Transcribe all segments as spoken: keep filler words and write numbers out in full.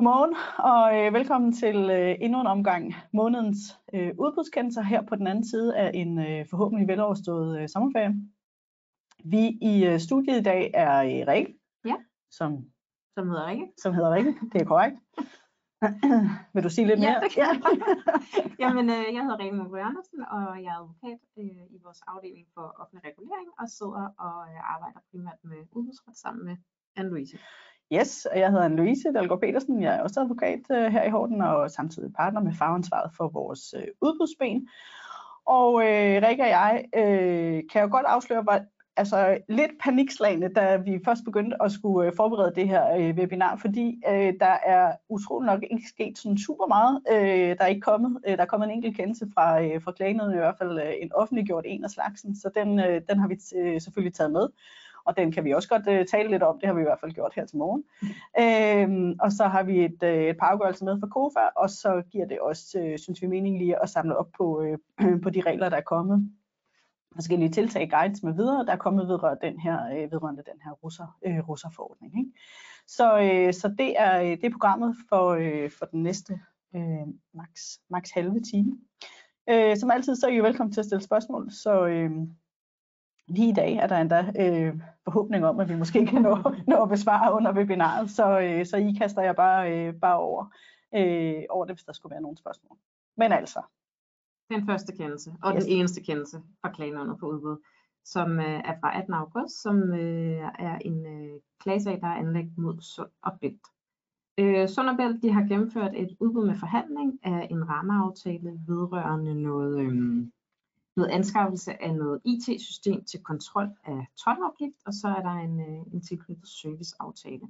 Godmorgen og øh, velkommen til øh, endnu en omgang månedens øh, udbudskendelser her på den anden side af en øh, forhåbentlig veloverstået øh, sommerferie. Vi i øh, studiet i dag er øh, Rikke, ja. som, som hedder Rikke. Som hedder Rikke, det er korrekt. Vil du sige lidt ja, mere? Det kan ja, Jamen, øh, jeg hedder Rikke Møller Andersen, og jeg er advokat øh, i vores afdeling for offentlig regulering og sidder og øh, arbejder primært med udbudsret sammen med Anne-Louise. Yes, og jeg hedder Anne-Louise Dalgaard Petersen. Jeg er også advokat øh, her i Horten og samtidig partner med fagansvaret for vores øh, udbudsben. Og øh, Rikke og jeg øh, kan jo godt afsløre, var altså lidt panikslagende, da vi først begyndte at skulle øh, forberede det her øh, webinar, fordi øh, der er utroligt nok ikke sket sådan super meget. Øh, der er ikke kommet, øh, der er kommet en enkelt kendelse fra, øh, fra klagenævnet, i hvert fald øh, en offentliggjort en af slagsen, så den, øh, den har vi øh, selvfølgelig taget med. Og den kan vi også godt uh, tale lidt om, det har vi i hvert fald gjort her til morgen. Øhm, og så har vi et, uh, et par afgørelser med fra KOFA, og så giver det også, uh, synes vi, mening lige at samle op på, uh, på de regler, der er kommet. Forskellige tiltag, guides med videre, der er kommet vedrørende den her, uh, vedrørende den her russer, uh, russerforordning. Ikke? Så, uh, så det, er, det er programmet for, uh, for den næste uh, max, max halve time. Uh, som altid, så er I jo velkommen til at stille spørgsmål, så... Uh, Lige i dag er der endda øh, forhåbning om, at vi måske kan nå, nå at besvare under webinaret, så, øh, så I kaster jeg bare, øh, bare over, øh, over det, hvis der skulle være nogle spørgsmål. Men altså. Den første kendelse, og yes. Den eneste kendelse fra klagenævnet på udbud, som øh, er fra attende august, som øh, er en øh, klagesag, der er anlagt mod Sund og Bælt. Øh, Sund og Bælt, de har gennemført et udbud med forhandling af en rammeaftale vedrørende noget... Øh, noget anskaffelse af noget I T-system til kontrol af toldafgift, og så er der en, en tilknyttet serviceaftale.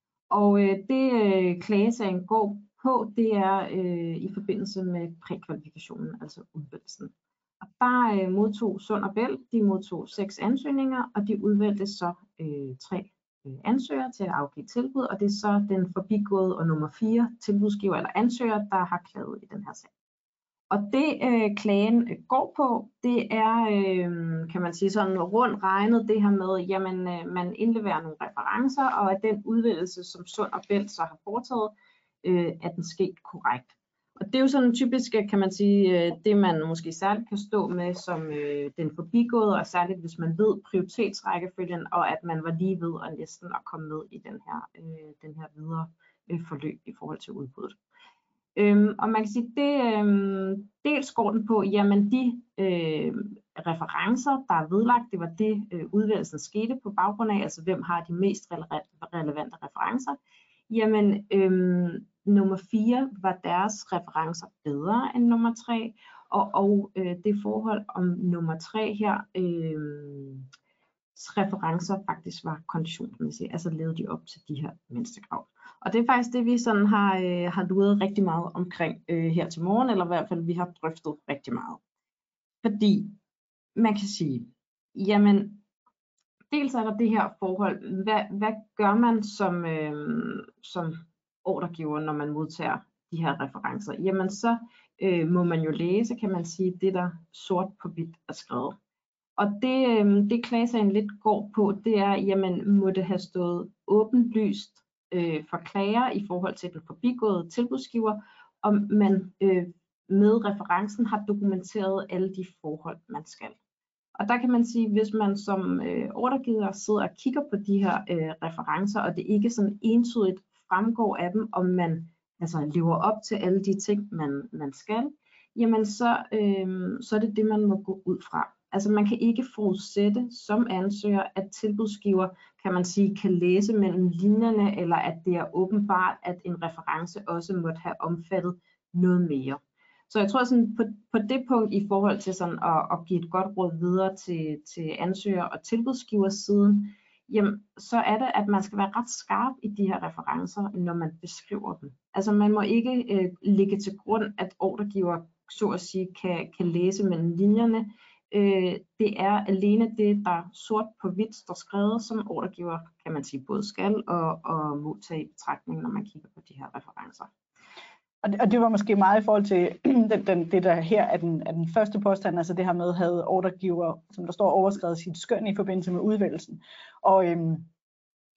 Og øh, det øh, klagesagen går på, det er øh, i forbindelse med prækvalifikationen, altså udvælgelsen. Og der øh, modtog Sund og Bælt, de modtog seks ansøgninger, og de udvalgte så øh, tre øh, ansøgere til at afgive tilbud, og det er så den forbigåede og nummer fire tilbudsgiver eller ansøger, der har klaget i den her sag. Og det øh, klagen går på, det er, øh, kan man sige sådan rundt regnet det her med, jamen øh, man indleverer nogle referencer, og at den udvælgelse, som Sund og Bælt så har foretaget, øh, er den sket korrekt. Og det er jo sådan typisk, kan man sige, det man måske særligt kan stå med som øh, den forbigåede, og særligt hvis man ved prioritetsrækkefølgen, og at man var lige ved at næsten at komme med i den her, øh, den her videre øh, forløb i forhold til udbuddet. Øhm, og man kan sige, det øhm, dels går den på, jamen de øh, referencer, der er vedlagt, det var det øh, udvælgelsen skete på baggrund af, altså hvem har de mest relevante referencer. Jamen øhm, nummer fire var deres referencer bedre end nummer tre, og, og øh, det forhold om nummer tre her, øh, referencer faktisk var konditionsmæssige, altså levede de op til de her mindstekrav. Og det er faktisk det, vi sådan har, øh, har luret rigtig meget omkring øh, her til morgen, eller i hvert fald vi har drøftet rigtig meget. Fordi man kan sige, jamen dels er der det her forhold, hvad, hvad gør man som, øh, som ordregiver, når man modtager de her referencer? Jamen så øh, må man jo læse, kan man sige, det der sort på hvidt er skrevet. Og det, øh, det klagesagen lidt går på, det er, jamen må det have stået åbenlyst øh, for klager i forhold til den forbigåede tilbudsgiver, om man øh, med referencen har dokumenteret alle de forhold, man skal. Og der kan man sige, hvis man som øh, ordregiver sidder og kigger på de her øh, referencer, og det ikke sådan entydigt fremgår af dem, om man altså lever op til alle de ting, man, man skal, jamen så, øh, så er det det, man må gå ud fra. Altså man kan ikke forudsætte som ansøger, at tilbudsgiver, kan man sige, kan læse mellem linjerne, eller at det er åbenbart, at en reference også måtte have omfattet noget mere. Så jeg tror sådan på, på det punkt i forhold til sådan at, at give et godt råd videre til, til ansøger og tilbudsgivers siden, jamen så er det, at man skal være ret skarp i de her referencer, når man beskriver dem. Altså man må ikke øh, lægge til grund, at ordregiver så at sige kan, kan læse mellem linjerne. Øh, det er alene det, der sort på hvidt står skrevet, som ordregiver, kan man sige, både skal og, og må tage i betragtning, når man kigger på de her referencer. Og det, og det var måske meget i forhold til den, den, det, der her er den, er den første påstand, altså det her med, havde ordregiver, som der står overskrevet sit skøn i forbindelse med udvælgelsen. Og, øhm,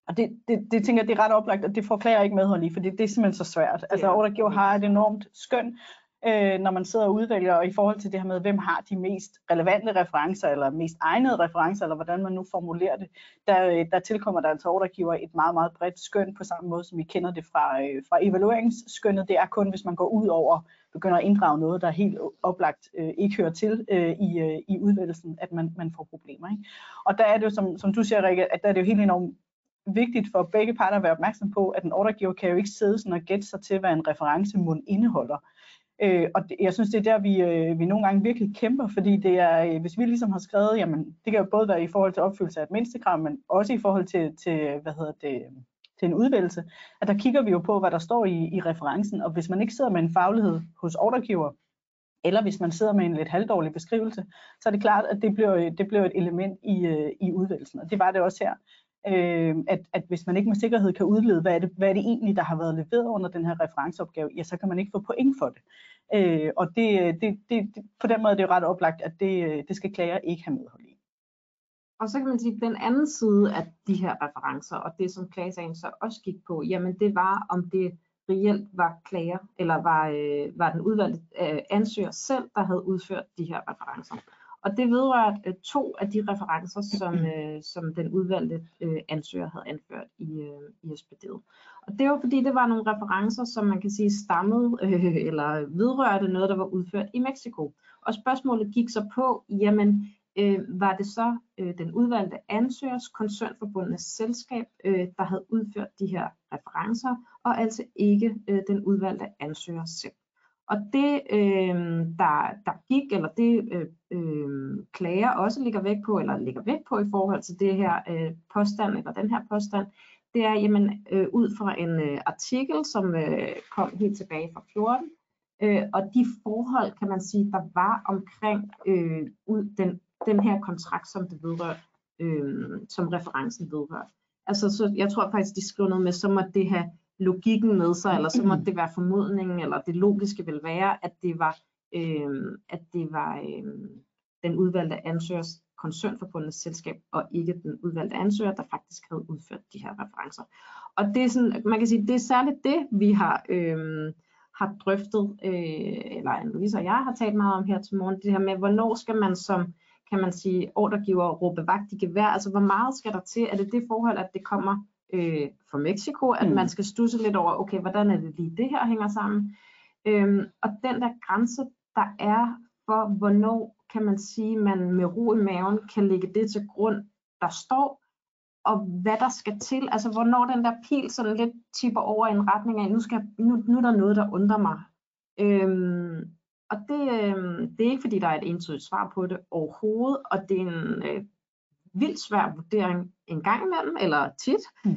Og det, det, det tænker jeg, det er ret oplagt, og det får klager ikke medhold i, for det, det er simpelthen så svært. Altså ordregiver har et enormt skøn, øh, når man sidder og udvælger, og i forhold til det her med, hvem har de mest relevante referencer, eller mest egnede referencer, eller hvordan man nu formulerer det, der, der tilkommer der altså ordregiver et meget, meget bredt skøn, på samme måde som vi kender det fra, øh, fra evalueringsskønnet. Det er kun, hvis man går ud over, begynder at inddrage noget, der helt oplagt øh, ikke hører til øh, i, øh, i udvælgelsen, at man, man får problemer. Ikke? Og der er det jo, som, som du siger, Rikke, at der er det jo helt enormt vigtigt for begge parter at være opmærksom på, at en ordregiver kan jo ikke sidde sådan og gætte sig til, hvad en reference mund indeholder. Øh, og det, jeg synes, det er der, vi, øh, vi nogle gange virkelig kæmper, fordi det er, øh, hvis vi ligesom har skrevet, jamen, det kan jo både være i forhold til opfyldelse af et mindstekrav, men også i forhold til, til, hvad hedder det, til en udvælgelse, at der kigger vi jo på, hvad der står i, i referencen, og hvis man ikke sidder med en faglighed hos ordregiver, eller hvis man sidder med en lidt halvdårlig beskrivelse, så er det klart, at det bliver, det bliver et element i, øh, i udvælgelsen, og det var det også her. Øh, at, at hvis man ikke med sikkerhed kan udlede, hvad er, det, hvad er det egentlig, der har været leveret under den her referenceopgave, ja, så kan man ikke få point for det. Øh, og det, det, det, det, på den måde er det jo ret oplagt, at det, det skal klager ikke have medhold i. Og så kan man sige, at den anden side af de her referencer, og det som klagesagen så også gik på, jamen det var, om det reelt var klager, eller var, øh, var den udvalgte øh, ansøger selv, der havde udført de her referencer. Og det vedrører øh, to af de referencer, som, øh, som den udvalgte øh, ansøger havde anført i, øh, i S P D'et. Og det var fordi, det var nogle referencer, som man kan sige stammede øh, eller vedrørte noget, der var udført i Mexico. Og spørgsmålet gik så på, jamen øh, var det så øh, den udvalgte ansøgers koncernforbundne selskab, øh, der havde udført de her referencer, og altså ikke øh, den udvalgte ansøger selv. Og det, øh, der, der gik, eller det øh, øh, klager også ligger vægt på, eller ligger vægt på i forhold til det her øh, påstand, eller den her påstand, det er jamen, øh, ud fra en øh, artikel, som øh, kom helt tilbage fra fjorten, øh, og de forhold, kan man sige, der var omkring øh, ud, den, den her kontrakt, som det vedrør, øh, som referencen vedrør. Altså, så jeg tror faktisk, de skriver noget med, så må det have logikken med sig, eller så må det være formodningen, eller det logiske vil være, at det var, øh, at det var øh, den udvalgte ansøgers koncernforbundne selskab, og ikke den udvalgte ansøger, der faktisk havde udført de her referencer. Og det er sådan, man kan sige, det er særligt det, vi har, øh, har drøftet, øh, eller Anne-Louise og jeg har talt meget om her til morgen, det her med, hvornår skal man som, kan man sige, ordregiver råbe vagt i gevær, altså hvor meget skal der til, er det det forhold, at det kommer øh, fra Mexico, at mm. man skal studse lidt over, okay, hvordan er det lige det her hænger sammen, øhm, og den der grænse, der er for, hvornår kan man sige, man med ro i maven kan lægge det til grund, der står, og hvad der skal til, altså hvornår den der pil sådan lidt tipper over i en retning af, nu, skal, nu, nu er der noget, der undrer mig. Øhm, og det, øhm, det er ikke fordi, der er et entydigt svar på det overhovedet, og det er en øh, vildt svær vurdering en gang imellem, eller tit. Mm.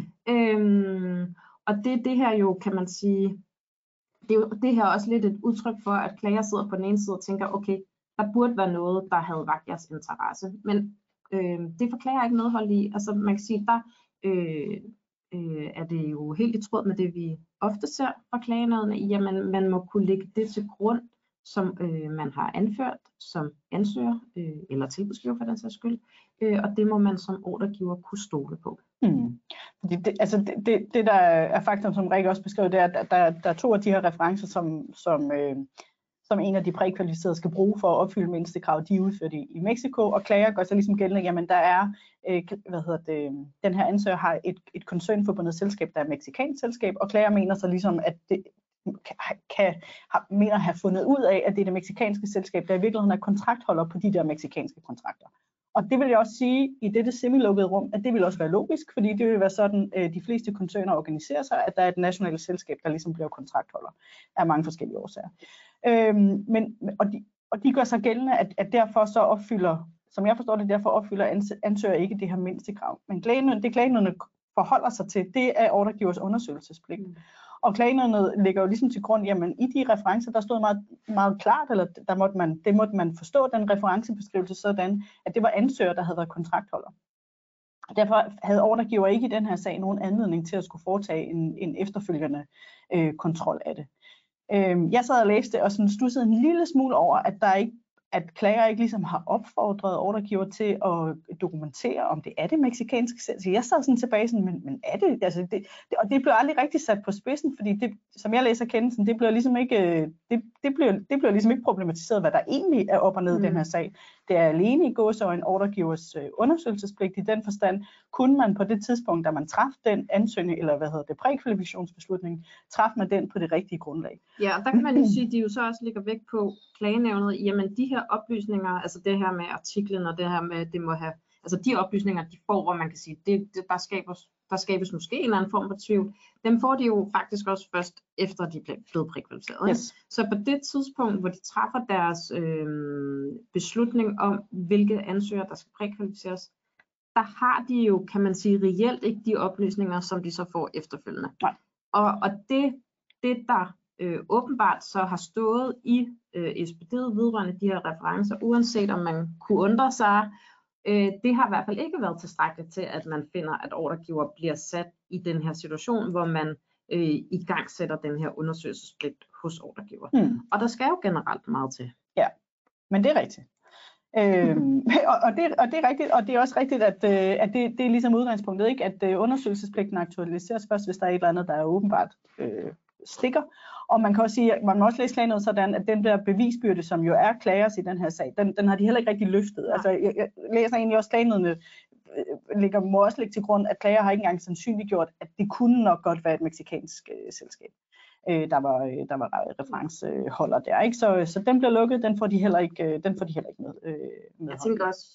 Øhm, og det, det her jo, kan man sige, det er jo det her også lidt et udtryk for, at klager sidder på den ene side og tænker, okay, der burde være noget, der havde vagt jeres interesse. Men øh, det forklarer ikke medhold i. Altså man kan sige, der øh, øh, er det jo helt i tråd med det, vi ofte ser fra klagenødene, i at man, man må kunne lægge det til grund, som øh, man har anført som ansøger, øh, eller tilbudsgiver for den sags skyld, øh, og det må man som ordregiver kunne stole på. Hmm. Fordi det, altså det, det, det der er faktum, som Rikke også beskrev, det er, at der, der er to af de her referencer, som, som, øh, som en af de prækvalificerede skal bruge for at opfylde mindstekrav, de er udført i, i Mexico, og klager gør så ligesom gældende, jamen der er, øh, hvad hedder det, den her ansøger har et, et koncernforbundet selskab, der er et mexikansk selskab, og klager mener så ligesom, at det kan, kan mener at have fundet ud af, at det er det mexikanske selskab, der i virkeligheden er kontraktholder på de der mexikanske kontrakter. Og det vil jeg også sige i dette semi-lukkede rum, at det vil også være logisk, fordi det vil være sådan, at de fleste koncerner organiserer sig, at der er et nationalt selskab, der ligesom bliver kontraktholder af mange forskellige årsager. Øhm, men, og, de, og de gør sig gældende, at, at derfor så opfylder, som jeg forstår det, derfor opfylder ansøger ikke det her mindstekrav. Men klagenødene, det klagenødene forholder sig til, det er ordregivers undersøgelsespligt. Mm. Og klagenødene ligger jo ligesom til grund, jamen i de referencer, der stod meget, meget klart, eller der måtte man, det måtte man forstå den referencebeskrivelse sådan, at det var ansøger, der havde været kontraktholder. Og derfor havde ordregiver ikke i den her sag nogen anledning til at skulle foretage en, en efterfølgende øh, kontrol af det. Øh, jeg sad og læste og sådan studsede en lille smule over, at der ikke at klager ikke ligesom har opfordret ordregiver til at dokumentere, om det er det mexicanske selskab. Så jeg sad sådan tilbage sådan, men, men er det, altså det, det, og det blev aldrig rigtig sat på spidsen, fordi det, som jeg læser kendelsen, det bliver ligesom ikke, det, det bliver, det bliver ligesom ikke problematiseret, hvad der egentlig er op og ned i mm. den her sag. Det er alene i gåseøjne ordregivers øh, undersøgelsespligt. I den forstand kunne man på det tidspunkt, da man traf den ansøgning, eller hvad hedder det, prækvalifikationsbeslutning, traf man den på det rigtige grundlag. Ja, og der kan man jo sige, at de jo så også ligger vægt på klagenævnet, jamen de her oplysninger, altså det her med artiklen og det her med, det må have, altså de oplysninger, de får, hvor man kan sige, det, det, der, skabes, der skabes måske en eller anden form for tvivl, dem får de jo faktisk også først efter de er blevet prækvalificeret. Yes. Så på det tidspunkt, hvor de træffer deres øh, beslutning om, hvilke ansøgere, der skal prækvalificeres, der har de jo, kan man sige, reelt ikke de oplysninger, som de så får efterfølgende. Nej. Og, og det, det der øh, åbenbart så har stået i øh, ekspediet vedrørende de her referencer, uanset om man kunne undre sig, øh, det har i hvert fald ikke været tilstrækkeligt til, at man finder, at ordregiver bliver sat i den her situation, hvor man øh, i gang sætter den her undersøgelsespligt hos ordregiver. Mm. Og der skal jo generelt meget til. Ja, men det er rigtigt. øhm, og, og, det, og det er rigtigt, og det er også rigtigt, at, øh, at det, det er ligesom udgangspunktet, ikke? At øh, undersøgelsespligten aktualiseres først, hvis der er et eller andet, der er åbenbart øh, stikker. Og man kan også sige, man må også læse klagenævnet sådan, at den der bevisbyrde, som jo er klagers i den her sag, den, den har de heller ikke rigtig løftet. Ja. Altså, jeg, jeg læser egentlig også klagenævnet, øh, ligger, må også ligge til grund, at klager har ikke engang sandsynliggjort, at det kunne nok godt være et mexicansk øh, selskab. Øh, der var øh, der var referenceholder der, ikke? Så så den bliver lukket, den får de heller ikke øh, den får de heller ikke med. Øh, med jeg tænker også,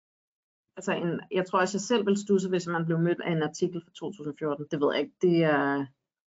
altså en, jeg tror også jeg selv vil studse, hvis man blev mødt af en artikel fra to tusind og fjorten. Det ved jeg ikke. Det er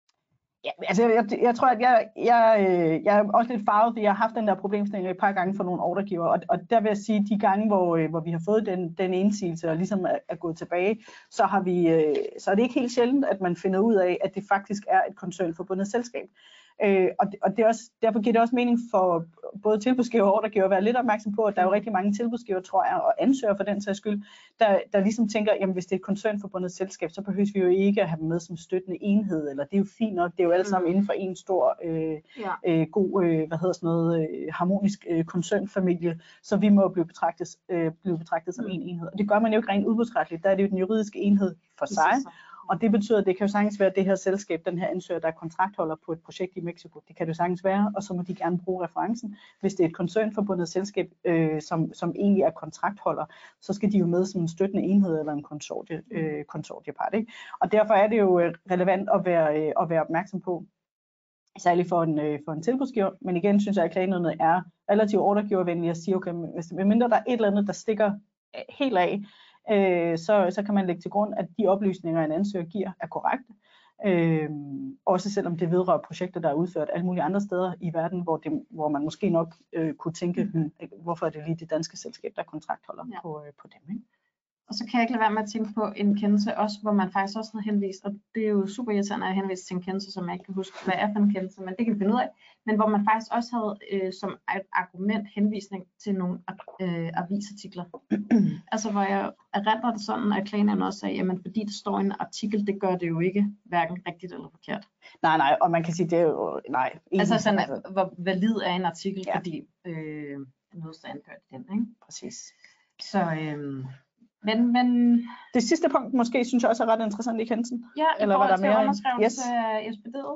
ja, altså jeg, jeg tror at jeg jeg øh, jeg er også lidt farvet, fordi jeg har haft den der problemstilling et par gange for nogle ordregiver, og, og der vil jeg sige, de gange hvor øh, hvor vi har fået den den indsigelse og ligesom er, er gået tilbage, så har vi øh, så er det ikke helt sjældent, at man finder ud af, at det faktisk er et koncernforbundet selskab. Øh, og det, og det er også, derfor giver det også mening for både tilbudsgiver og ordregiver at være lidt opmærksom på, at der er jo rigtig mange tilbudsgiver, tror jeg, og ansøgere for den sags skyld, der, der ligesom tænker, jamen hvis det er et koncernforbundet selskab, så behøver vi jo ikke at have dem med som støttende enhed, eller det er jo fint nok, det er jo alle sammen inden for en stor, øh, ja. øh, god, øh, hvad hedder sådan noget, øh, harmonisk øh, koncernfamilie, så vi må blive betragtet, øh, blive betragtet som mm. en enhed. Og det gør man jo ikke rent udbudsretligt, der er det jo den juridiske enhed for sig. Og det betyder, at det kan jo sagtens være det her selskab, den her ansøger, der er kontraktholder på et projekt i Mexico. Det kan det jo sagtens være, og så må de gerne bruge referencen. Hvis det er et koncernforbundet selskab, øh, som, som egentlig er kontraktholder, så skal de jo med som en støttende enhed eller en konsortie, øh, konsortiepart. Ikke? Og derfor er det jo relevant at være, øh, at være opmærksom på, særligt for en, øh, for en tilbudsgiver. Men igen synes jeg, at klagenævnet er relativt ordregivervenlig at sige, okay, hvis mindre der er et eller andet, der stikker helt af, Øh, så, så kan man lægge til grund, at de oplysninger, en ansøger giver, er korrekte. Øh, også selvom det vedrører projekter, der er udført alle mulige andre steder i verden, hvor, det, hvor man måske nok øh, kunne tænke, hmm, hvorfor er det lige det danske selskab, der kontraktholder ja. på, øh, på dem. Ikke? Og så kan jeg ikke lade være med at tænke på en kendelse også, hvor man faktisk også havde henvist, og det er jo super irriterende at henvise til en kendelse, som jeg ikke kan huske, hvad er for en kendelse, men det kan vi finde ud af, men hvor man faktisk også havde øh, som et argument henvisning til nogle øh, avisartikler. Altså hvor jeg erindrer det sådan, at klagenævnet også sagde, jamen fordi det står i en artikel, det gør det jo ikke hverken rigtigt eller forkert. Nej, nej, og man kan sige, det er jo, nej. Egentlig, altså sådan, altså, hvor valid er en artikel, ja. Fordi øh, noget er anført i den, ikke? Præcis. Så øh, Men, men det sidste punkt måske synes jeg også er ret interessant i kendelsen. Ja, i eller forhold var der til underskrivelse af ekspediet.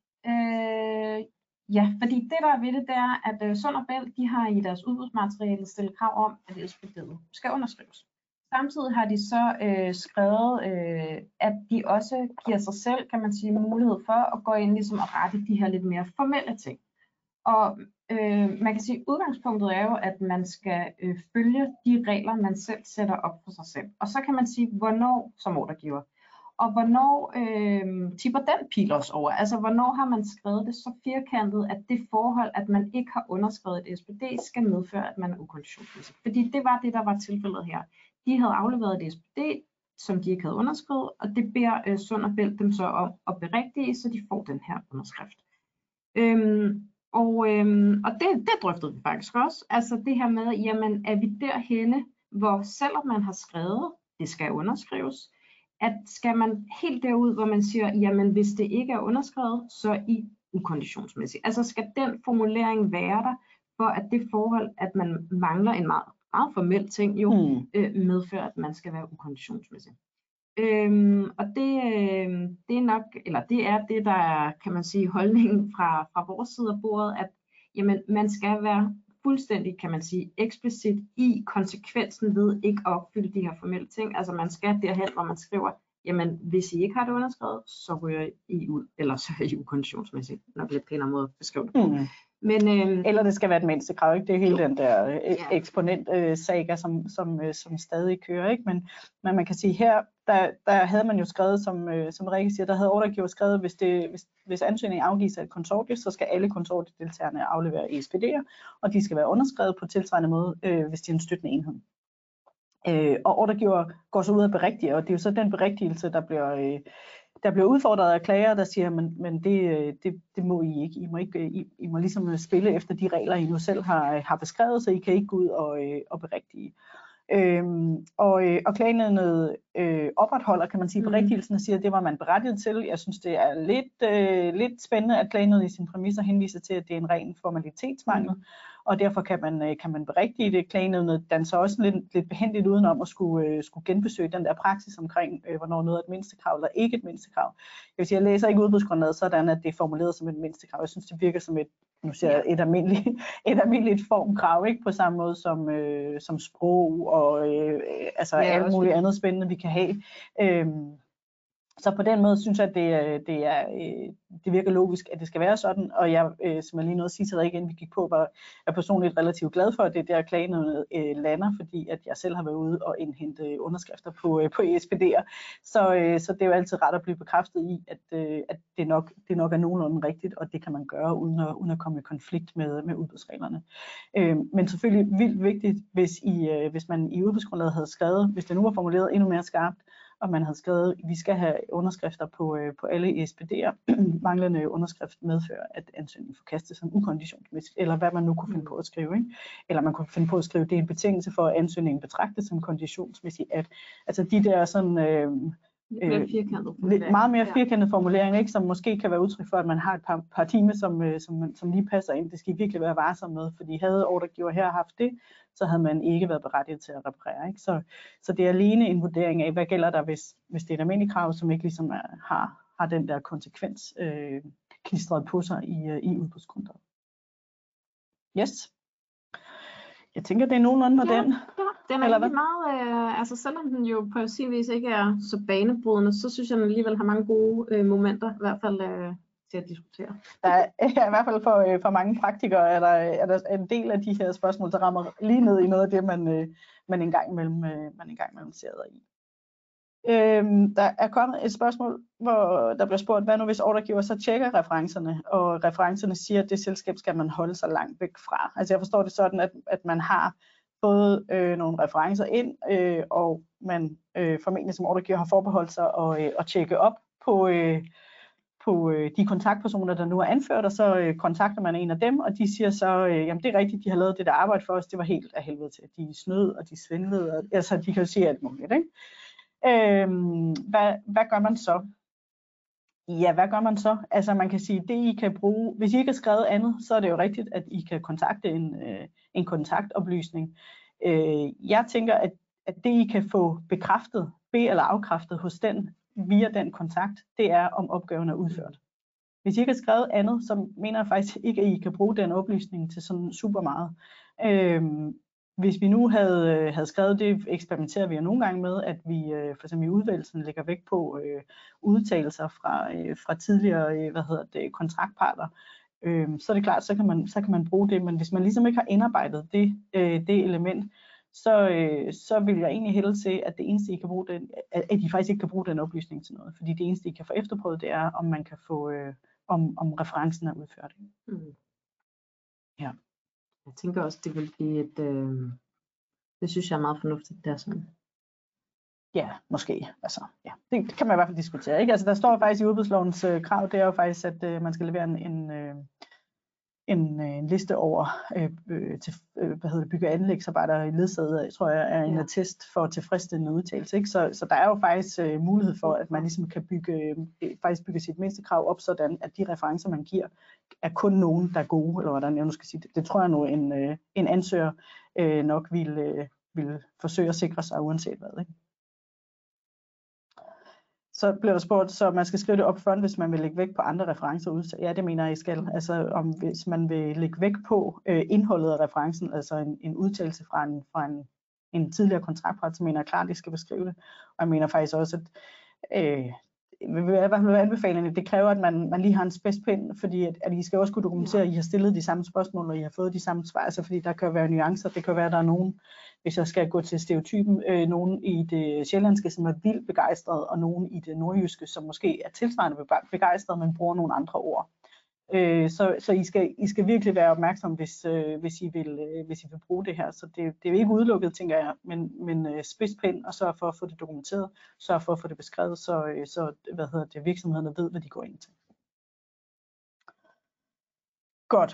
Øh, ja, fordi det der er ved det, det er, at uh, Sund og Bælt, de har i deres udbudsmateriale stillet krav om, at ekspediet skal underskrives. Samtidig har de så øh, skrevet, øh, at de også giver sig selv, kan man sige, mulighed for at gå ind ligesom og rette de her lidt mere formelle ting. Og øh, man kan sige, at udgangspunktet er jo, at man skal øh, følge de regler, man selv sætter op for sig selv. Og så kan man sige, hvornår som ordregiver. Og hvornår øh, tipper den pil også over? Altså, hvornår har man skrevet det så firkantet, at det forhold, at man ikke har underskrevet et S P D, skal medføre, at man er ukonditionsmæssig. Fordi det var det, der var tilfældet her. De havde afleveret et S P D, som de ikke havde underskrevet, og det beder øh, Sund og Bælt dem så om at berigtige, så de får den her underskrift. Øhm, Og, øhm, og det, det drøftede vi faktisk også. Altså det her med, jamen er vi derhenne, hvor selvom man har skrevet, det skal underskrives, at skal man helt derud, hvor man siger, jamen hvis det ikke er underskrevet, så i ukonditionsmæssigt. Altså skal den formulering være der, for at det forhold, at man mangler en meget, meget formel ting, jo Mm. øh, medfører, at man skal være ukonditionsmæssig. Øhm, og det, øh, det er nok, eller det er det, der er, kan man sige, holdningen fra, fra vores side af bordet, at jamen, man skal være fuldstændig, kan man sige, eksplicit i konsekvensen ved ikke at opfylde de her formelle ting. Altså man skal derhen, hvor man skriver, jamen hvis I ikke har det underskrevet, så ryger I ud, eller så er I ukonditionsmæssigt. Nok lidt pænere måde at beskrive det på. Mm. Men, øhm, Eller det skal være et mindste krav, ikke? Det er hele jo. den der øh, Ja. eksponent øh, saga, som, som, øh, som stadig kører, ikke? Men, men man kan sige her, der, der havde man jo skrevet, som, øh, som Rikke siger, der havde ordregiver skrevet, hvis, det, hvis, hvis ansøgningen afgives af et konsortie, så skal alle konsortiedeltagerne aflevere E S P D'er, og de skal være underskrevet på tilsvarende måde, øh, hvis de er en støttende enhed. Øh, og ordregiver går så ud og berigtiger, og det er jo så den berigtigelse, der bliver... Øh, der bliver udfordret af klager, der siger, men, men det, det, det må I ikke. I må, ikke I, I må ligesom spille efter de regler, I nu selv har, har beskrevet, så I kan ikke gå ud og, og berigtige. Øhm, og, og klagenævnet øh, opretholder, kan man sige, berigtigelsen og siger, at det var man berettiget til. Jeg synes, det er lidt, øh, lidt spændende, at klagenævnet i sine præmisser henviser til, at det er en ren formalitetsmangel, mm. og derfor kan man, kan man berigtige det. Klagenævnet danser også lidt, lidt behændigt udenom at skulle, øh, skulle genbesøge den der praksis omkring, øh, hvornår noget er et mindstekrav eller ikke et mindstekrav. Jeg vil sige, jeg læser ikke udbudsgrundlaget sådan, at det er formuleret som et mindstekrav. Jeg synes, det virker som et nu siger jeg et almindeligt, et almindeligt formkrav, ikke på samme måde som, øh, som sprog og øh, altså ja, alt muligt andet spændende, vi kan have. Øhm, så på den måde synes jeg, at det, det, er, det virker logisk, at det skal være sådan, og jeg, øh, som jeg lige nåede at sige til dig igen, vi gik på, var jeg personligt relativt glad for, at det der klagenævnet øh, lander, fordi at jeg selv har været ude og indhente underskrifter på, øh, på E S P D'er, så, øh, så det er jo altid ret at blive bekræftet i, at, øh, at det, nok, det nok er nogenlunde rigtigt, og det kan man gøre uden at, uden at komme i konflikt med, med udbudsreglerne. Øh, men selvfølgelig vildt vigtigt, hvis, I, øh, hvis man i udbudsgrundlaget havde skrevet, hvis det nu var formuleret endnu mere skarpt, og man havde skrevet, at vi skal have underskrifter på, øh, på alle E S P D'er. Manglende underskrift medfører, at ansøgningen forkastes som ukonditionsmæssigt, eller hvad man nu kunne finde på at skrive. Ikke? Eller man kunne finde på at skrive, at det er en betingelse for, at ansøgningen betragtes som konditionsmæssigt. At, altså de der sådan... Øh, Mere lidt meget mere firkantet formulering, ikke, som måske kan være udtryk for, at man har et par, par timer, som, som, som lige passer ind. Det skal I virkelig være varsom med, fordi havde ordregiver her haft det, så havde man ikke været berettiget til at reparere. Ikke? Så, så det er alene en vurdering af, hvad gælder der, hvis, hvis det er et almindeligt krav, som ikke ligesom er, har, har den der konsekvens øh, klistret på sig i, i udbudsgrundlaget. Yes. Jeg tænker, det er nogenlunde på ja, den. Ja, den er egentlig meget, øh, altså selvom den jo på sin vis ikke er så banebrydende, så synes jeg, den alligevel har mange gode øh, momenter, i hvert fald øh, til at diskutere. Der er, ja, i hvert fald for, øh, for mange praktikere er der, er der en del af de her spørgsmål, der rammer lige ned i noget af det, man, øh, man engang imellem, øh, man engang imellem ser der i. Øhm, der er kommet et spørgsmål, hvor der bliver spurgt, hvad nu hvis ordregiver så tjekker referencerne, og referencerne siger, at det selskab skal man holde sig langt væk fra. Altså jeg forstår det sådan, at, at man har fået øh, nogle referencer ind, øh, og man øh, formentlig som ordregiver har forbeholdt sig at, øh, at tjekke op på, øh, på øh, de kontaktpersoner, der nu er anført, og så øh, kontakter man en af dem, og de siger så, øh, jamen det er rigtigt, de har lavet det der arbejde for os, det var helt af helvede til. De snød, og de svindlede, og, altså de kan jo sige alt muligt, ikke? Øhm, hvad, hvad gør man så? Ja, hvad gør man så? Altså man kan sige, det I kan bruge, hvis I ikke har skrevet andet, så er det jo rigtigt, at I kan kontakte en, øh, en kontaktoplysning. Øh, jeg tænker, at, at det I kan få bekræftet, be- eller afkræftet hos den, via den kontakt, det er, om opgaven er udført. Hvis I ikke har skrevet andet, så mener jeg faktisk ikke, at I kan bruge den oplysning til sådan super meget. Øh, Hvis vi nu havde, havde skrevet det, eksperimenterer vi jo nogle gange med, at vi for eksempel i udvælgelsen lægger vægt på øh, udtalelser fra, øh, fra tidligere øh, hvad hedder det, kontraktparter. Øh, så er det klart, så kan, man, så kan man bruge det, men hvis man ligesom ikke har indarbejdet det, øh, det element, så, øh, så vil jeg egentlig hellere se, at det eneste I kan bruge den, at I faktisk ikke kan bruge den oplysning til noget, fordi det eneste I kan få efterprøvet, det er, om man kan få, øh, om, om referencen er udført. Mm. Ja. Jeg tænker også, det vil blive et, øh, det synes jeg er meget fornuftigt, der sådan. Ja, måske. Altså, ja. Det kan man i hvert fald diskutere. Ikke? Altså, der står faktisk i udbudslovens øh, krav, det er jo faktisk, at øh, man skal levere en, en, øh, en, en liste over øh, til, øh, hvad hedder det, bygge- og anlægsarbejdere ledsaget af, tror jeg, er en Ja. attest for tilfredsstillende udtalelse. Ikke? Så, så der er jo faktisk øh, mulighed for, at man ligesom kan bygge, øh, faktisk bygge sit mindste krav op, sådan at de referencer, man giver, er kun nogen, der er gode, eller hvordan jeg nu skal sige det. Det tror jeg nu, en, øh, en ansøger øh, nok vil, øh, vil forsøge at sikre sig, uanset hvad. Ikke? Så bliver der spurgt, så man skal skrive det op front, hvis man vil lægge vægt på andre referencer ud. Ja, det mener jeg, I skal. Altså om hvis man vil lægge vægt på øh, indholdet af referencen, altså en, en udtalelse fra en, fra en, en tidligere kontraktpart, så mener jeg klart, at I skal beskrive det. Og jeg mener faktisk også, at øh, hvad vil anbefalingen? Det kræver, at man, man lige har en spidspind, fordi at, at I skal også kunne dokumentere, at I har stillet de samme spørgsmål, og I har fået de samme svar, altså fordi der kan være nuancer. Det kan være, at der er nogen, hvis jeg skal gå til stereotypen, øh, nogen i det sjællandske, som er vildt begejstret, og nogen i det nordjyske, som måske er tilsvarende begejstret, men bruger nogle andre ord. Øh, så så I, skal, I skal virkelig være opmærksom, hvis, øh, hvis, I vil, øh, hvis I vil bruge det her. Så det, det er jo ikke udelukket, tænker jeg, men, men øh, spidspind og sørg for at få det dokumenteret, sørg for at få det beskrevet, så, øh, så hvad hedder det, virksomhederne ved, hvad de går ind til. Godt.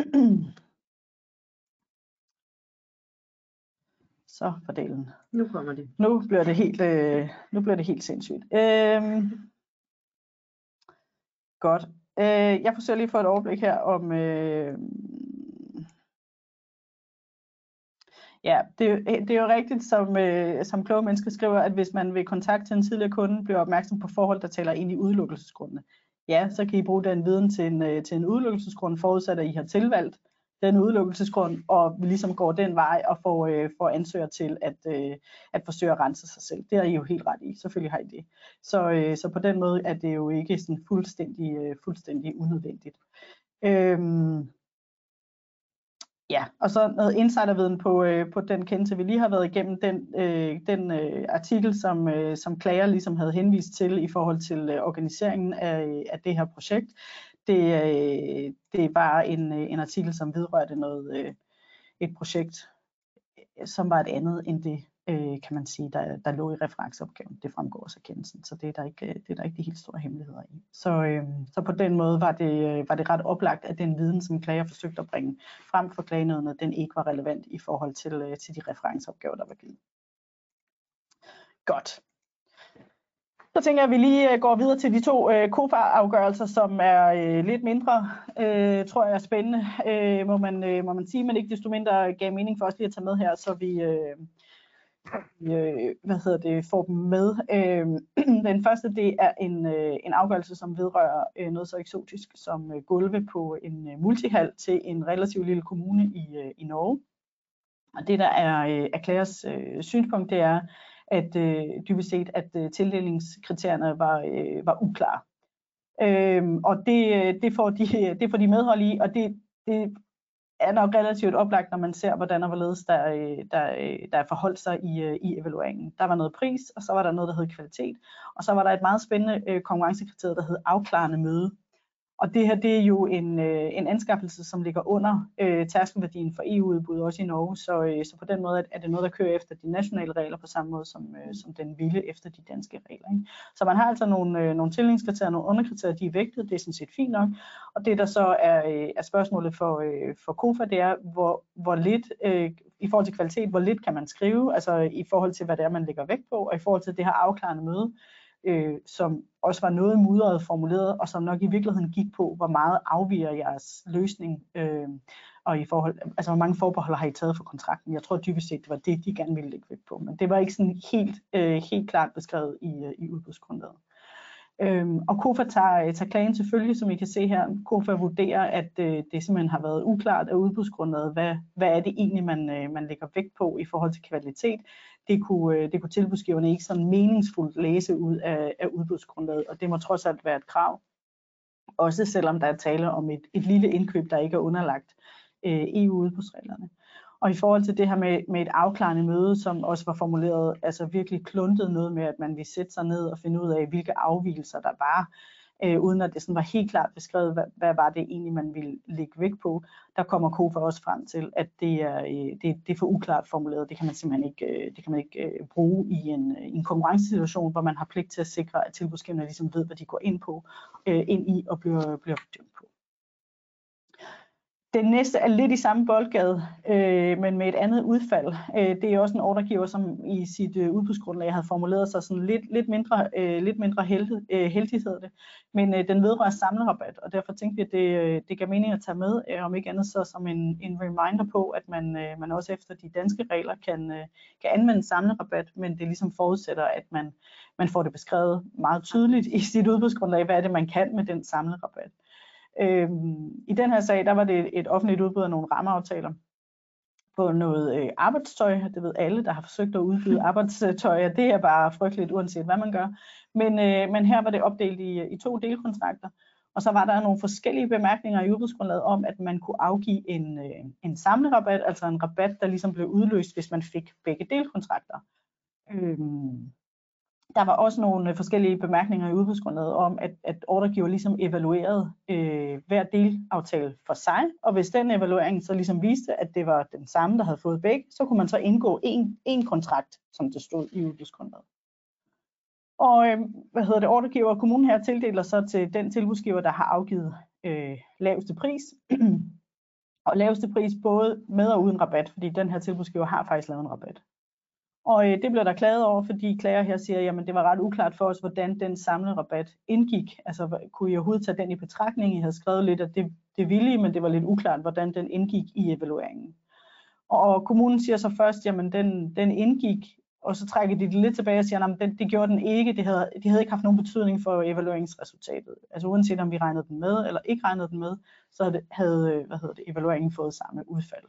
Så fordelen. Nu kommer det. Nu bliver det helt, øh, nu bliver det helt sindssygt. Øh, godt. Øh, jeg forsøger lige at få et overblik her om... Øh, Ja, det, det er jo rigtigt, som, øh, som kloge mennesker skriver, at hvis man vil kontakte en tidligere kunde, bliver opmærksom på forhold, der taler ind i udelukkelsesgrundene. Ja, så kan I bruge den viden til en, øh, til en udelukkelsesgrund, forudsat at I har tilvalgt den udelukkelsesgrund, og vi ligesom går den vej og får, øh, får ansøger til at, øh, at forsøge at rense sig selv. Det er I jo helt ret i, selvfølgelig har I det. Så, øh, så på den måde er det jo ikke sådan fuldstændig, øh, fuldstændig unødvendigt. Øhm, Ja, og så noget insiderviden på, øh, på den kendelse, vi lige har været igennem, den, øh, den øh, artikel, som, øh, som klager ligesom havde henvist til i forhold til øh, organiseringen af, af det her projekt. Det, øh, det var en, en artikel, som vedrørte noget, øh, et projekt, som var et andet end det, øh, kan man sige, der, der lå i referenceopgaven. Det fremgår også af kendelsen, så det er der ikke, det er der ikke de helt store hemmeligheder i. Så, øh, så på den måde var det, var det ret oplagt, at den viden, som klager forsøgte at bringe frem for klagenødene, den ikke var relevant i forhold til, øh, til de referenceopgaver, der var givet. Godt. Så tænker jeg, at vi lige går videre til de to øh, KOFA-afgørelser, som er øh, lidt mindre, øh, tror jeg er spændende, øh, må, man, øh, må man sige, men ikke desto mindre gav mening for os lige at tage med her, så vi, øh, øh, hvad hedder det, får dem med. Øh, den første, det er en, øh, en afgørelse, som vedrører øh, noget så eksotisk som øh, gulve på en øh, multihal til en relativt lille kommune i, øh, i Norge. Og det, der er øh, erklærers øh, synspunkt, det er, at øh, dybest set, at øh, tildelingskriterierne var, øh, var uklare. Øhm, og det, det, får de, det får de medhold i, og det, det er nok relativt oplagt, når man ser, hvordan og hvorledes der, der, der er forholdt sig i, i evalueringen. Der var noget pris, og så var der noget, der hed kvalitet, og så var der et meget spændende øh, konkurrencekriterie, der hed afklarende møde. Og det her, det er jo en, øh, en anskaffelse, som ligger under øh, tærskelværdien for E U-udbud, også i Norge. Så, øh, så på den måde er det noget, der kører efter de nationale regler, på samme måde som, øh, som den ville efter de danske regler. Ikke? Så man har altså nogle, øh, nogle tillingskriterier, nogle underkriterier, de er vægtet, det er sådan set fint nok. Og det, der så er, øh, er spørgsmålet for, øh, for KOFA, det er, hvor, hvor lidt, øh, i forhold til kvalitet, hvor lidt kan man skrive, altså i forhold til, hvad det er, man lægger vægt på, og i forhold til det her afklarende møde, Øh, som også var noget mudret formuleret, og som nok i virkeligheden gik på, hvor meget afviger jeres løsning, øh, og i forhold, altså hvor mange forbehold har I taget for kontrakten. Jeg tror dybest set, det var det, de gerne ville lægge vægt på, men det var ikke sådan helt, øh, helt klart beskrevet i, i udbudsgrundlaget. Øhm, og KOFA tager, tager klagen selvfølgelig, som I kan se her. KOFA vurderer, at øh, det simpelthen har været uklart af udbudsgrundlaget, hvad, hvad er det egentlig, man, øh, man lægger vægt på i forhold til kvalitet. Det kunne, øh, det kunne tilbudsgiverne ikke sådan meningsfuldt læse ud af, af udbudsgrundlaget, og det må trods alt være et krav. Også selvom der er tale om et, et lille indkøb, der ikke er underlagt øh, E U-udbudsreglerne. Og i forhold til det her med, med et afklarende møde, som også var formuleret, altså virkelig kluntet noget med, at man ville sætte sig ned og finde ud af, hvilke afvigelser der var, øh, uden at det sådan var helt klart beskrevet, hvad, hvad var det egentlig, man ville lægge vægt på. Der kommer KOFA også frem til, at det er, øh, det, det er for uklart formuleret. Det kan man simpelthen ikke, øh, det kan man ikke øh, bruge i en, i en konkurrencesituation, hvor man har pligt til at sikre, at tilbudsgiverne ligesom ved, hvad de går ind på, øh, ind i og bliver, bliver bedømt på. Den næste er lidt i samme boldgade, øh, men med et andet udfald. Øh, det er også en ordregiver, som i sit øh, udbudsgrundlag havde formuleret sig sådan lidt, lidt mindre, øh, lidt mindre heldig, øh, heldig hedder det. Men øh, den vedrører samlerabat, og derfor tænkte vi, at det, øh, det gav mening at tage med, øh, om ikke andet så som en, en reminder på, at man, øh, man også efter de danske regler kan, øh, kan anvende samlerabat, men det ligesom forudsætter, at man, man får det beskrevet meget tydeligt i sit udbudsgrundlag, hvad er det, man kan med den samlerabat. Øhm, I den her sag, der var det et offentligt udbud af nogle rammeaftaler på noget øh, arbejdstøj. Det ved alle, der har forsøgt at udbyde arbejdstøj, og det er bare frygteligt, uanset hvad man gør. Men, øh, men her var det opdelt i, i to delkontrakter, og så var der nogle forskellige bemærkninger i udbudsgrundlaget om, at man kunne afgive en, øh, en samlerabat, altså en rabat, der ligesom blev udløst, hvis man fik begge delkontrakter. Øhm, Der var også nogle forskellige bemærkninger i udbudsgrundlaget om, at, at ordregiver ligesom evaluerede øh, hver delaftale for sig, og hvis den evaluering så ligesom viste, at det var den samme, der havde fået begge, så kunne man så indgå en, en kontrakt, som det stod i udbudsgrundlaget. Og øh, hvad hedder det, ordregiver og kommunen her tildeler så til den tilbudsgiver, der har afgivet øh, laveste pris, og laveste pris både med og uden rabat, fordi den her tilbudsgiver har faktisk lavet en rabat. Og øh, det blev der klaget over, fordi klager her siger, jamen det var ret uklart for os, hvordan den samlede rabat indgik. Altså kunne I overhovedet tage den i betragtning? I havde skrevet lidt, at det, det ville I, men det var lidt uklart, hvordan den indgik i evalueringen. Og kommunen siger så først, jamen den, den indgik, og så trækker de det lidt tilbage og siger, at den, det gjorde den ikke. Det havde, de havde ikke haft nogen betydning for evalueringsresultatet. Altså uanset om vi regnede den med eller ikke regnede den med, så havde, havde hvad hedder det, evalueringen fået samme udfald.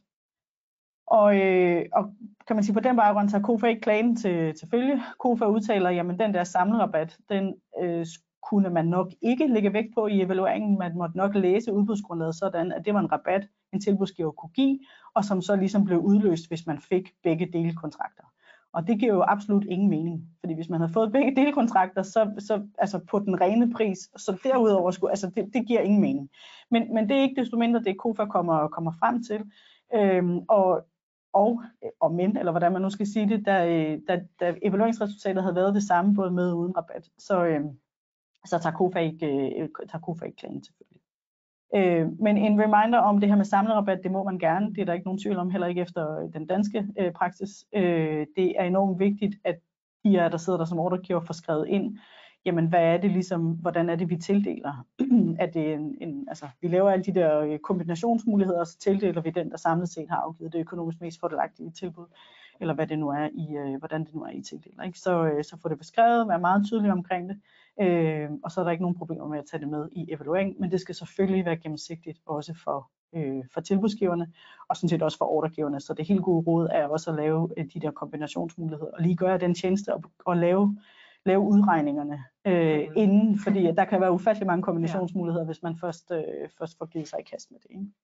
Og, øh, og kan man sige, på den baggrund tager KOFA ikke klagen til, til følge. KOFA udtaler, jamen den der samlerabat, den øh, kunne man nok ikke lægge vægt på i evalueringen. Man måtte nok læse udbudsgrundlaget sådan, at det var en rabat, en tilbudsgiver kunne give, og som så ligesom blev udløst, hvis man fik begge delkontrakter. Og det giver jo absolut ingen mening, fordi hvis man havde fået begge delkontrakter, så, så altså på den rene pris, så derudover skulle, altså det, det giver ingen mening. Men, men det er ikke desto mindre det, KOFA kommer, kommer frem til. Øhm, og Og, og men, eller hvordan man nu skal sige det, da, da, da evalueringsresultatet havde været det samme, både med og uden rabat, så, øh, så tager KOFA ikke, øh, tager KOFA ikke klagen selvfølgelig. Øh, men en reminder om det her med samlerabat, det må man gerne, det er der ikke nogen tvivl om, heller ikke efter den danske øh, praksis. Øh, det er enormt vigtigt, at de her, der sidder der som ordregiver, får skrevet ind, jamen hvad er det ligesom, hvordan er det, vi tildeler? Er det en, en, altså, vi laver alle de der kombinationsmuligheder, og så tildeler vi den, der samlet set har afgivet det økonomisk mest fordelagtige tilbud, eller hvad det nu er i, øh, hvordan det nu er i tildeler. Ikke? Så, øh, så få det beskrevet, være meget tydelig omkring det, øh, og så er der ikke nogen problemer med at tage det med i evaluering, men det skal selvfølgelig være gennemsigtigt også for, øh, for tilbudsgiverne, og sådan set også for ordregiverne, så det helt gode råd er også at lave øh, de der kombinationsmuligheder, og lige gøre den tjeneste og, og lave lave udregningerne øh, inden, fordi der kan være ufattelig mange kombinationsmuligheder, hvis man først, øh, først får givet sig i kast med det. Ikke?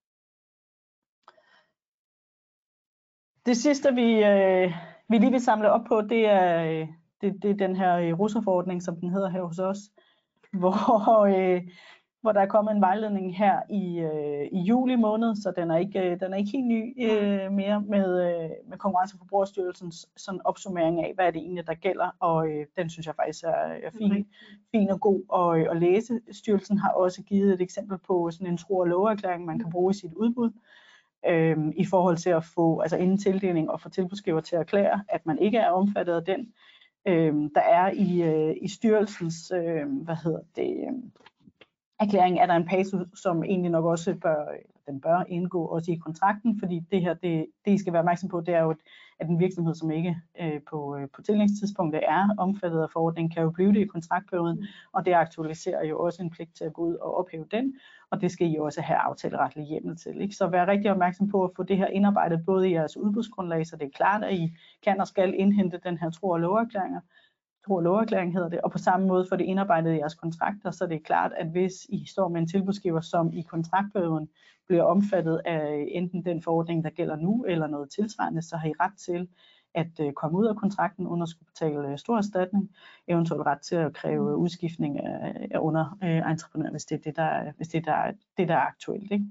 Det sidste, vi, øh, vi lige vil samle op på, det er, det, det er den her russerforordning, som den hedder her hos os, hvor, øh, hvor der er kommet en vejledning her i, øh, i juli måned, så den er ikke, den er ikke helt ny øh, mere med, øh, med Konkurrence- og Forbrugerstyrelsens sådan opsummering af, hvad er det egentlig, der gælder, og øh, den synes jeg faktisk er, er fin, fin og god at, at læse. Styrelsen har også givet et eksempel på sådan en tro- og loveerklæring, man kan bruge i sit udbud, øh, i forhold til at få, altså inden tildeling og få tilbudsgiver til at erklære, at man ikke er omfattet af den. Øh, der er i, øh, i styrelsens, øh, hvad hedder det, øh, erklæring er der en passus, som egentlig nok også bør, den bør indgå også i kontrakten, fordi det her, det, det I skal være opmærksom på, det er jo, at en virksomhed, som ikke øh, på, øh, på tildelingsstidspunktet er omfattet af forordningen, kan jo blive det i kontraktperioden, mm. og det aktualiserer jo også en pligt til at gå ud og ophæve den, og det skal I også have aftaleretlig hjemmel til. Ikke? Så vær rigtig opmærksom på at få det her indarbejdet både i jeres udbudsgrundlag, så det er klart, at I kan og skal indhente den her tro- og loveerklæringer, tro- og loveerklæring hedder det, og på samme måde for det indarbejdet i jeres kontrakter, så det er klart, at hvis I står med en tilbudsgiver, som i kontraktperioden bliver omfattet af enten den forordning, der gælder nu, eller noget tilsvarende, så har I ret til at uh, komme ud af kontrakten uden at skulle betale uh, stor erstatning, eventuelt ret til at kræve udskiftning af, af under uh, entreprenør, hvis det er det, der er, hvis det, der er, det, der er aktuelt. Ikke?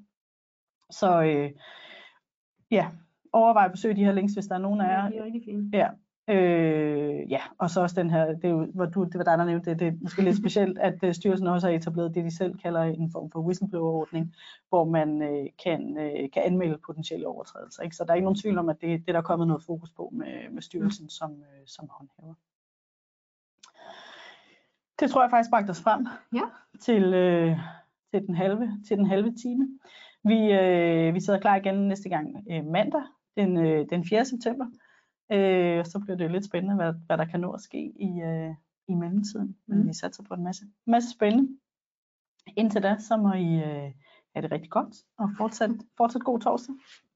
Så uh, ja, overvej at besøge de her links, hvis der er nogen af jer. Ja, de er rigtig fine. Ja. Øh, ja, og så også den her, det, er jo, hvor du, det var dig, der nævnte det, det er måske lidt specielt, at uh, styrelsen også har etableret det, de selv kalder en form for whistleblower-ordning, hvor man uh, kan, uh, kan anmelde potentielle overtrædelser. Ikke? Så der er ikke nogen tvivl om, at det, det der er kommet noget fokus på med, med styrelsen mm. som, uh, som håndhæver. Det tror jeg faktisk bragte os frem ja. til, uh, til, den halve, til den halve time. Vi, uh, vi sidder klar igen næste gang uh, mandag, den, uh, den fjerde september. Øh, så bliver det lidt spændende, hvad, hvad der kan nå at ske i, øh, i mellemtiden. Men mm. vi satser på en masse, masse spændende. Indtil da, så må I øh, have det rigtig godt, og fortsat, fortsat god torsdag.